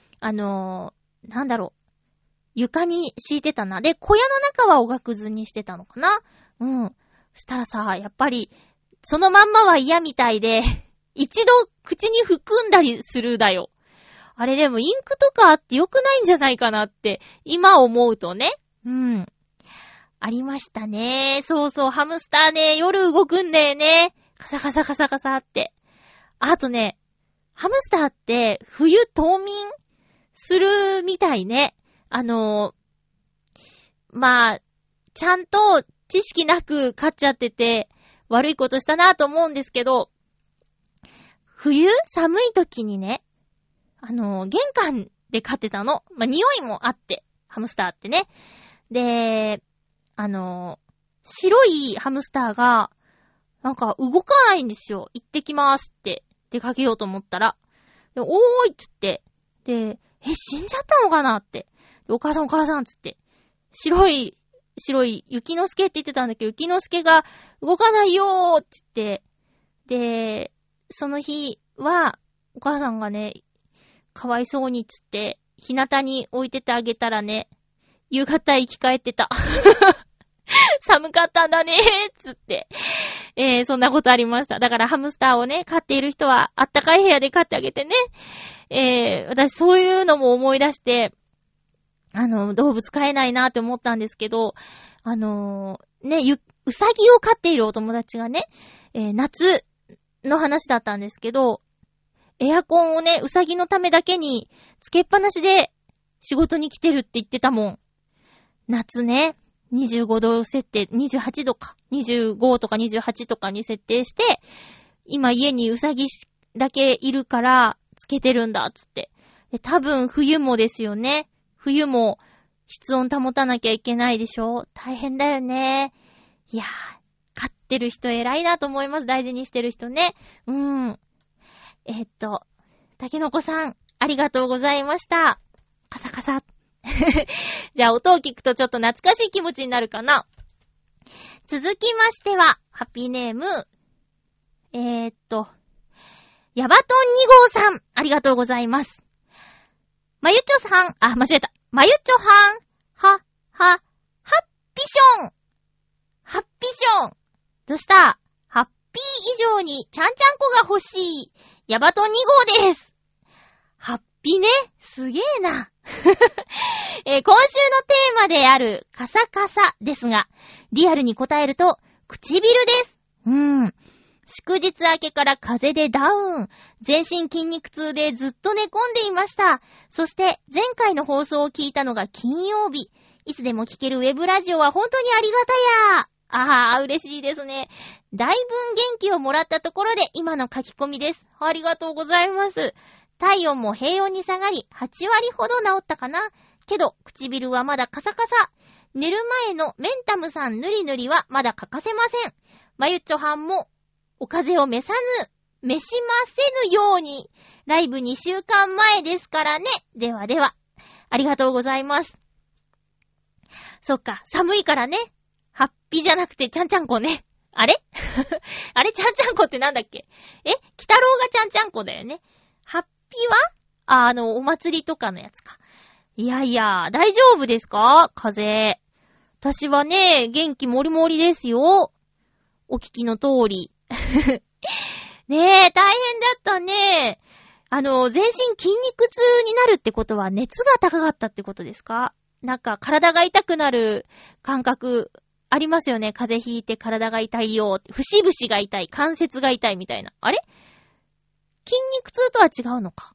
床に敷いてたな。で、小屋の中はおがくずにしてたのかな。そしたらさ、やっぱり、そのまんまは嫌みたいで、一度口に含んだりするだよ。あれでもインクとかあって良くないんじゃないかなって、今思うとね。ありましたね。そうそう、ハムスターね、夜動くんだよね。カサカサカサカサって。あとね、ハムスターって冬冬眠するみたいね。ちゃんと知識なく飼っちゃってて、悪いことしたなと思うんですけど、冬寒い時にね、玄関で飼ってたの。匂いもあって、ハムスターってね。で、白いハムスターが、なんか動かないんですよ。行ってきますって出かけようと思ったら。で、おーいっつって。で、死んじゃったのかなって。で、お母さんっつって。白い、雪之助って言ってたんだけど、雪之助が動かないよーって言って。で、その日は、お母さんがね、かわいそうにっつって、日向に置いててあげたらね、夕方生き返ってた。寒かったんだねーつって。そんなことありました。だからハムスターをね、飼っている人は、あったかい部屋で飼ってあげてね。私そういうのも思い出して、動物飼えないなって思ったんですけど、うさぎを飼っているお友達がね、夏の話だったんですけど、エアコンをね、うさぎのためだけにつけっぱなしで仕事に来てるって言ってたもん。夏ね、25度設定、28度か、25とか28とかに設定して、今家にうさぎだけいるからつけてるんだ、つって。で、多分冬もですよね。冬も室温保たなきゃいけないでしょ。大変だよね。いやー、飼ってる人偉いなと思います。大事にしてる人ね。たけのこさん、ありがとうございました。カサカサ。じゃあ音を聞くとちょっと懐かしい気持ちになるかな。続きましては、ハッピーネーム、ヤバトン2号さん、ありがとうございます。まゆちょさん、間違えた。まゆちょはん、ハッピション。どうした？ハッピー以上にちゃんちゃんこが欲しい。ヤバトン2号です。ハッピーね。すげえな。今週のテーマであるカサカサですが、リアルに答えると唇です。祝日明けから風邪でダウン。全身筋肉痛でずっと寝込んでいました。そして前回の放送を聞いたのが金曜日。いつでも聞けるウェブラジオは本当にありがたや。嬉しいですね。だいぶ元気をもらったところで今の書き込みです。ありがとうございます。体温も平穏に下がり、8割ほど治ったかな。けど、唇はまだカサカサ。寝る前のメンタムさんぬりぬりはまだ欠かせません。まゆっちょはんも、お風邪を召しませぬように。ライブ2週間前ですからね。ではでは。ありがとうございます。そっか、寒いからね。ハッピーじゃなくてちゃんちゃんこね。あれあれちゃんちゃんこってなんだっけ？鬼太郎がちゃんちゃんこだよね。ハッピーはお祭りとかのやつか。いやいや、大丈夫ですか？風邪。私はね、元気もりもりですよ。お聞きの通り。ねえ、大変だったね。全身筋肉痛になるってことは熱が高かったってことですか？なんか体が痛くなる感覚ありますよね。風邪ひいて体が痛いよって。節々が痛い、関節が痛いみたいな。あれ？筋肉痛とは違うのか。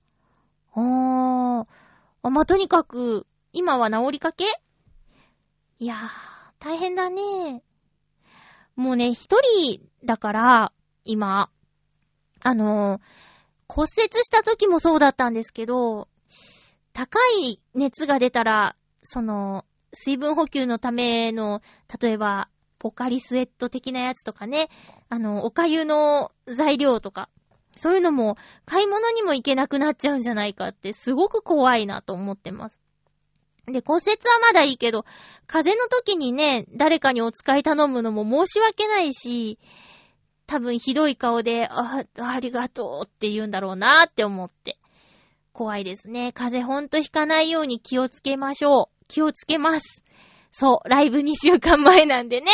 とにかく、今は治りかけ？いやー、大変だね。もうね、一人だから、今、骨折した時もそうだったんですけど、高い熱が出たら、水分補給のための、例えば、 ポカリスエット的なやつとかね、お粥の材料とか、そういうのも買い物にも行けなくなっちゃうんじゃないかってすごく怖いなと思ってます。で、骨折はまだいいけど、風邪の時にね、誰かにお使い頼むのも申し訳ないし、多分ひどい顔で、ありがとうって言うんだろうなって思って。怖いですね。風邪ほんとひかないように気をつけましょう。気をつけます。そう、ライブ2週間前なんでね。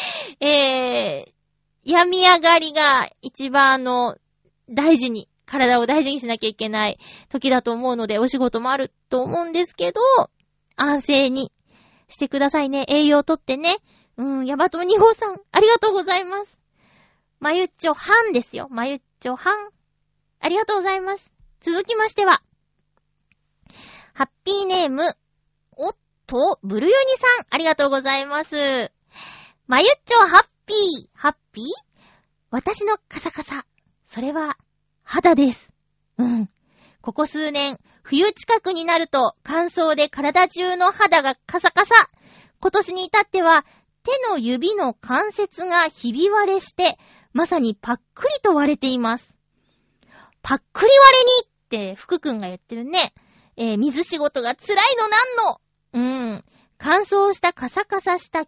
病み上がりが一番体を大事にしなきゃいけない時だと思うので、お仕事もあると思うんですけど、安静にしてくださいね。栄養とってね。ヤバト2号さん、ありがとうございます。まゆっちょはんですよ。まゆっちょはん。ありがとうございます。続きましては、ハッピーネーム、ブルヨニさん、ありがとうございます。まゆっちょハッピー私のカサカサ。それは、肌です。ここ数年、冬近くになると乾燥で体中の肌がカサカサ。今年に至っては、手の指の関節がひび割れして、まさにパックリと割れています。パックリ割れにって福くんが言ってるね。水仕事が辛いのなんの。乾燥したカサカサした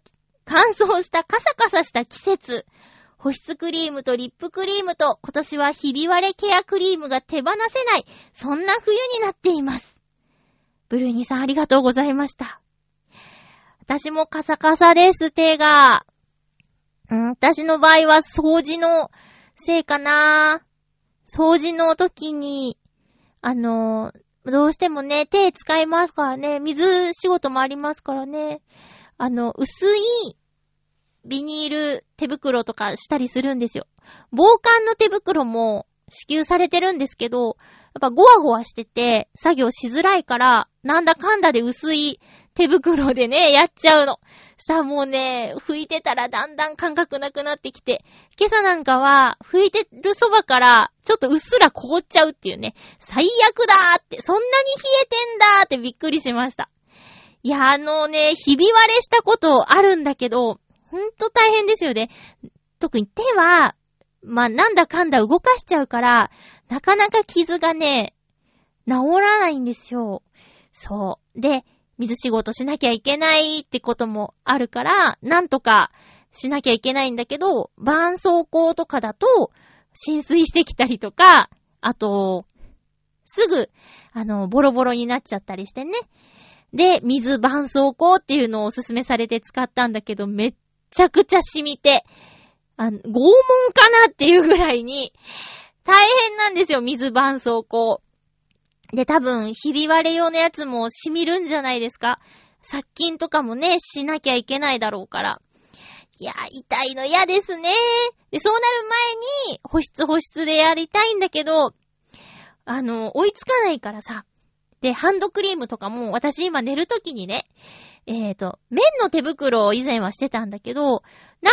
季節。保湿クリームとリップクリームと今年はひび割れケアクリームが手放せない。そんな冬になっています。ブルーニさんありがとうございました。私もカサカサです、手が。私の場合は掃除のせいかな。掃除の時に、どうしてもね、手使いますからね、水仕事もありますからね、薄いビニール手袋とかしたりするんですよ。防寒の手袋も支給されてるんですけど、やっぱゴワゴワしてて作業しづらいから、なんだかんだで薄い手袋でね、やっちゃうの。さあもうね、拭いてたらだんだん感覚なくなってきて、今朝なんかは拭いてるそばからちょっとうっすら凍っちゃうっていうね、最悪だーって、そんなに冷えてんだーってびっくりしました。いやひび割れしたことあるんだけど、ほんと大変ですよね。特に手は、なんだかんだ動かしちゃうから、なかなか傷がね、治らないんですよ。そう。で、水仕事しなきゃいけないってこともあるから、なんとかしなきゃいけないんだけど、絆創膏とかだと浸水してきたりとか、あと、すぐ、ボロボロになっちゃったりしてね。で、水絆創膏っていうのをおすすめされて使ったんだけど、めっちゃくちゃ染みて、拷問かなっていうぐらいに、大変なんですよ、水絆創膏。で、多分、ひび割れ用のやつも染みるんじゃないですか。殺菌とかもね、しなきゃいけないだろうから。いや、痛いの嫌ですね。で、そうなる前に、保湿でやりたいんだけど、追いつかないからさ。で、ハンドクリームとかも、私今寝るときにね、綿の手袋を以前はしてたんだけど、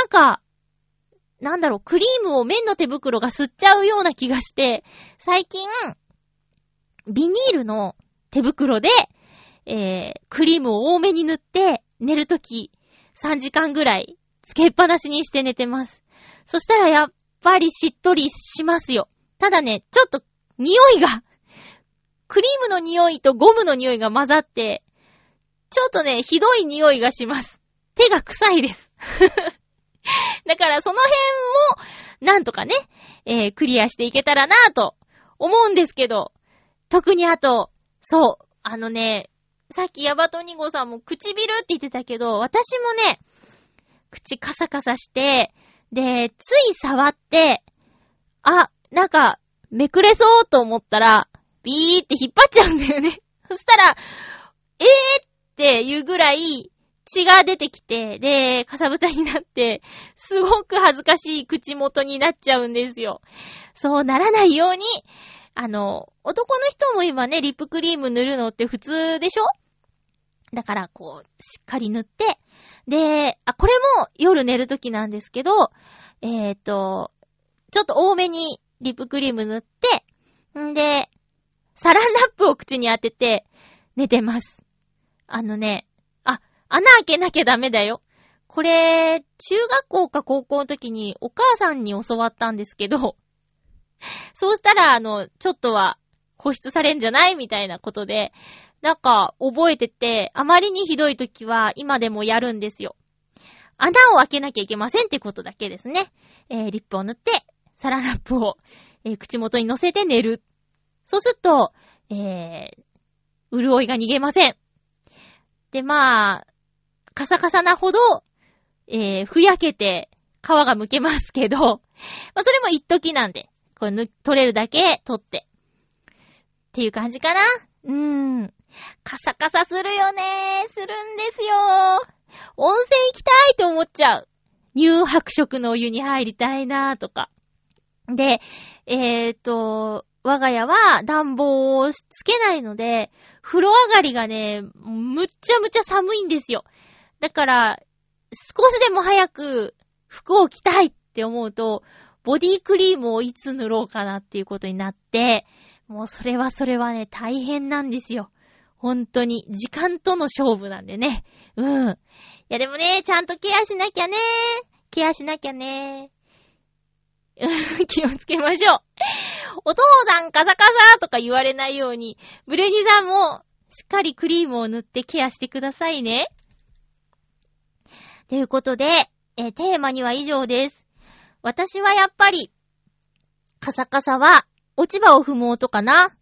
クリームを綿の手袋が吸っちゃうような気がして、最近、ビニールの手袋で、クリームを多めに塗って、寝るとき3時間ぐらいつけっぱなしにして寝てます。そしたらやっぱりしっとりしますよ。ただね、ちょっと匂いが、クリームの匂いとゴムの匂いが混ざって、ちょっとね、ひどい匂いがします。手が臭いです。だからその辺も、なんとかね、クリアしていけたらなぁと思うんですけど、特にあと、そう、さっきヤバト2号さんも唇って言ってたけど、私もね、口カサカサして、で、つい触って、なんか、めくれそうと思ったら、ビーって引っ張っちゃうんだよね。そしたら、っていうぐらい血が出てきて、で、かさぶたになって、すごく恥ずかしい口元になっちゃうんですよ。そうならないように、男の人も今ね、リップクリーム塗るのって普通でしょ？だから、こう、しっかり塗って、で、これも夜寝るときなんですけど、ちょっと多めにリップクリーム塗って、んで、サランラップを口に当てて寝てます。穴開けなきゃダメだよ。 これ、中学校か高校の時にお母さんに教わったんですけど、そうしたら、ちょっとは保湿されんじゃないみたいなことで、なんか覚えてて、あまりにひどい時は今でもやるんですよ。穴を開けなきゃいけませんってことだけですね。リップを塗って、サランラップを、口元に乗せて寝る。そうすると、潤いが逃げません。で、まあ、カサカサなほど、ふやけて皮が剥けますけど、まあ、それも一時なんで、これ取れるだけ取って。っていう感じかな。カサカサするよね。するんですよ。温泉行きたいと思っちゃう。乳白色のお湯に入りたいなとか。で、我が家は暖房をつけないので、風呂上がりがね、むっちゃむちゃ寒いんですよ。だから、少しでも早く服を着たいって思うと、ボディクリームをいつ塗ろうかなっていうことになって、もうそれはね、大変なんですよ。本当に。時間との勝負なんでね。いやでもね、ちゃんとケアしなきゃね。気をつけましょう。お父さんカサカサとか言われないように、ブレニさんもしっかりクリームを塗ってケアしてくださいね。ということで、テーマには以上です。私はやっぱり、カサカサは落ち葉を踏む音かな。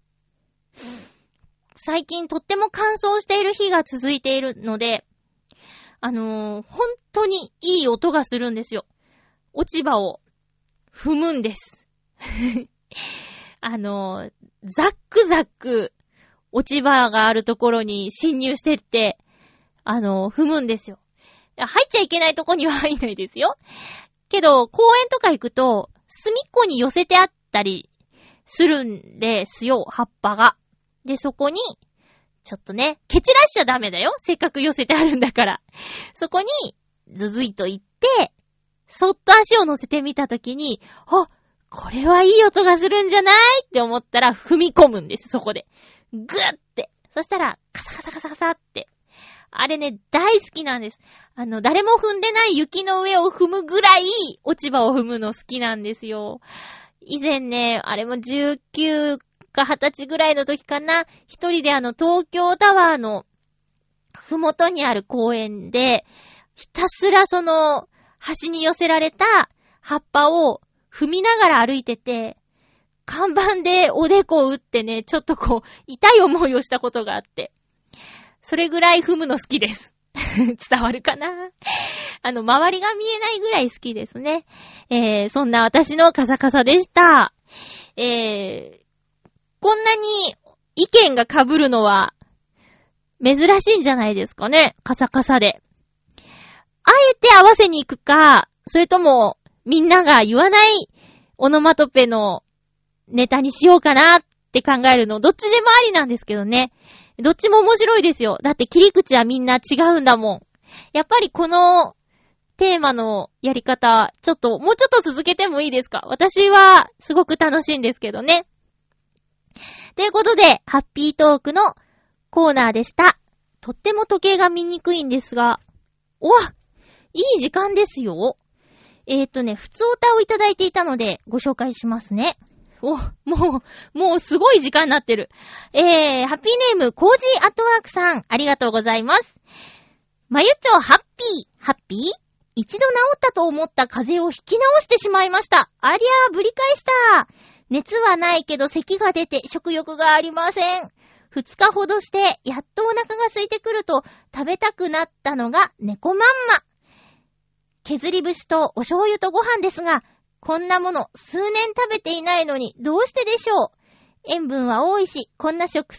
最近とっても乾燥している日が続いているので、本当にいい音がするんですよ。落ち葉を踏むんです。ザックザック落ち葉があるところに侵入してって、踏むんですよ。入っちゃいけないとこには入んないですよ。けど、公園とか行くと、隅っこに寄せてあったりするんですよ、葉っぱが。で、そこに、ちょっとね、蹴散らしちゃダメだよ。せっかく寄せてあるんだから。そこに、ずずいと行って、そっと足を乗せてみたときに、これはいい音がするんじゃないって思ったら踏み込むんです、そこで。ぐって。そしたら、カサカサカサカサって。あれね、大好きなんです。誰も踏んでない雪の上を踏むぐらい、落ち葉を踏むの好きなんですよ。以前ね、あれも19か20歳ぐらいの時かな、一人で東京タワーのふもとにある公園で、ひたすらその、端に寄せられた葉っぱを踏みながら歩いてて、看板でおでこを打ってね、ちょっとこう、痛い思いをしたことがあって。それぐらい踏むの好きです。伝わるかな？周りが見えないぐらい好きですね。そんな私のカサカサでした。こんなに意見が被るのは珍しいんじゃないですかね。カサカサで。あえて合わせに行くか、それともみんなが言わないオノマトペのネタにしようかなって考えるの、どっちでもありなんですけどね。どっちも面白いですよ。だって切り口はみんな違うんだもん。やっぱりこのテーマのやり方、もうちょっと続けてもいいですか？私はすごく楽しいんですけどね。ということで、ハッピートークのコーナーでした。とっても時計が見にくいんですが、いい時間ですよ。普通お歌をいただいていたのでご紹介しますね。もうすごい時間になってる。ハッピーネーム、コージーアットワークさん、ありがとうございます。まゆちょ、ハッピー一度治ったと思った風邪を引き直してしまいました。ありゃー、ぶり返した。熱はないけど咳が出て食欲がありません。2日ほどして、やっとお腹が空いてくると食べたくなったのが猫まんま。削り節とお醤油とご飯ですが、こんなもの数年食べていないのにどうしてでしょう。塩分は多いし、こんな生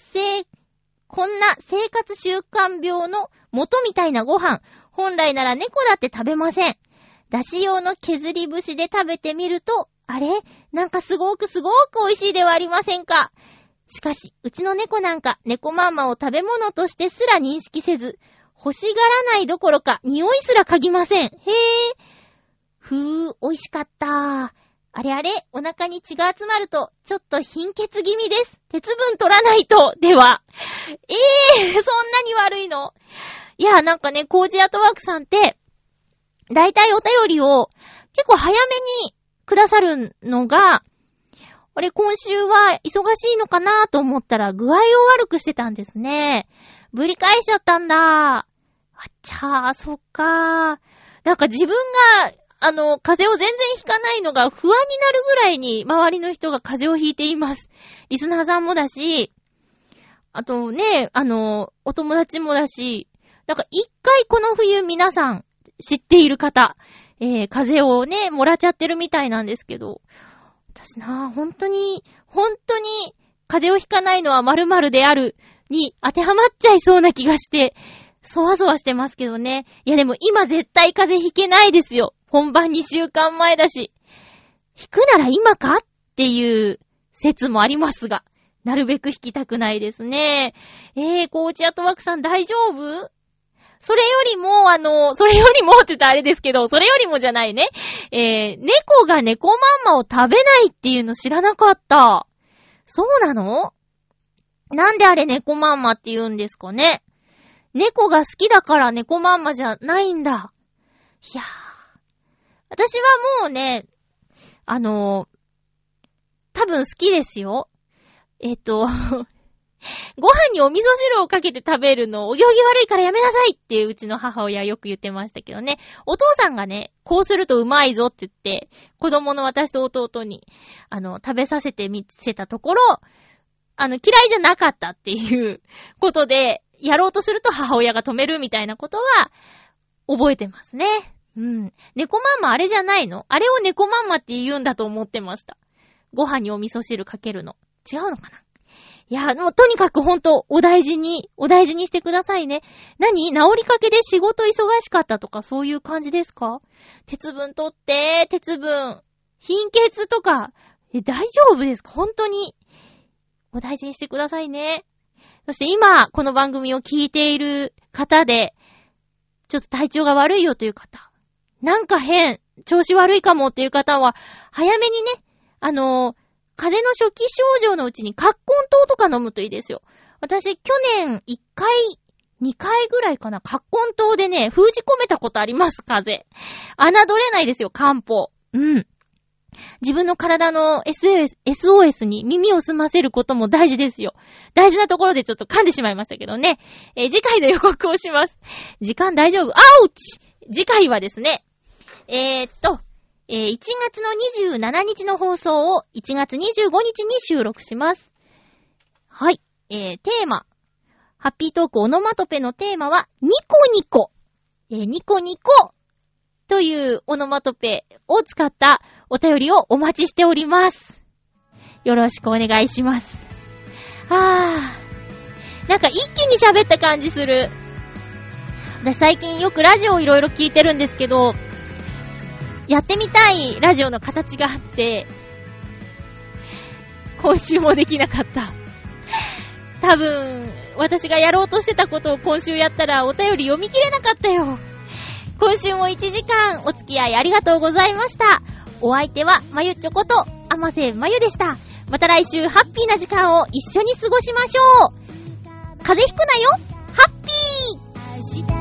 活習慣病の元みたいなご飯、本来なら猫だって食べません。だし用の削り節で食べてみると、あれ？なんかすごく美味しいではありませんか。しかし、うちの猫なんか猫ママを食べ物としてすら認識せず、欲しがらないどころか匂いすら嗅ぎません。美味しかった。あれ、お腹に血が集まると、ちょっと貧血気味です。鉄分取らないと、では。そんなに悪いの？いや、なんかね、コージアートワークさんって、 だいたいお便りを結構早めにくださるのが、あれ今週は忙しいのかなと思ったら具合を悪くしてたんですね。ぶり返しちゃったんだ。あっちゃー、そっかー。なんか自分が、風邪を全然ひかないのが不安になるぐらいに周りの人が風邪をひいています。リスナーさんもだし、あとね、お友達もだし、なんか一回この冬皆さん知っている方、風邪をね、もらっちゃってるみたいなんですけど、私な、本当に、風邪をひかないのは〇〇であるに当てはまっちゃいそうな気がして、そわそわしてますけどね。いやでも今絶対風邪ひけないですよ。本番2週間前だし。ひくなら今かっていう説もありますが、なるべくひきたくないですね。コーチアトワークさん大丈夫？それよりもって言ったらあれですけど、それよりもじゃないね。猫が猫まんまを食べないっていうの知らなかった。そうなの？なんであれ猫まんまって言うんですかね。猫が好きだから猫まんまじゃないんだ。いやー。私はもうね、多分好きですよ。ご飯にお味噌汁をかけて食べるのお行儀悪いからやめなさいってうちの母親よく言ってましたけどね。お父さんがね、こうするとうまいぞって言って、子供の私と弟に、食べさせてみせたところ、嫌いじゃなかったっていうことで、やろうとすると母親が止めるみたいなことは、覚えてますね。うん。猫まんまあれじゃないの？あれを猫まんまって言うんだと思ってました。ご飯にお味噌汁かけるの。違うのかな？いや、もうとにかくほんと、お大事にしてくださいね。何？治りかけで仕事忙しかったとかそういう感じですか？鉄分取って、鉄分。貧血とか、大丈夫ですか？本当に。お大事にしてくださいね。そして今、この番組を聞いている方で、ちょっと体調が悪いよという方、なんか調子悪いかもっていう方は、早めにね、風邪の初期症状のうちに葛根湯とか飲むといいですよ。私、去年1回、2回ぐらいかな、葛根湯でね、封じ込めたことあります、風邪。侮れないですよ、漢方。うん。自分の体の SOS に耳を澄ませることも大事ですよ。大事なところでちょっと噛んでしまいましたけどね。次回の予告をします。時間大丈夫？アウチ！次回はですね、1月の27日の放送を1月25日に収録します。はい。テーマ。ハッピートークオノマトペのテーマは、ニコニコ。ニコニコというオノマトペを使ったお便りをお待ちしております。よろしくお願いします。なんか一気に喋った感じする。私最近よくラジオをいろいろ聞いてるんですけど、やってみたいラジオの形があって、今週もできなかった。多分、私がやろうとしてたことを今週やったらお便り読み切れなかったよ。今週も1時間お付き合いありがとうございました。お相手はまゆちょことあませまゆでした。また来週ハッピーな時間を一緒に過ごしましょう。風邪ひくなよ。ハッピー。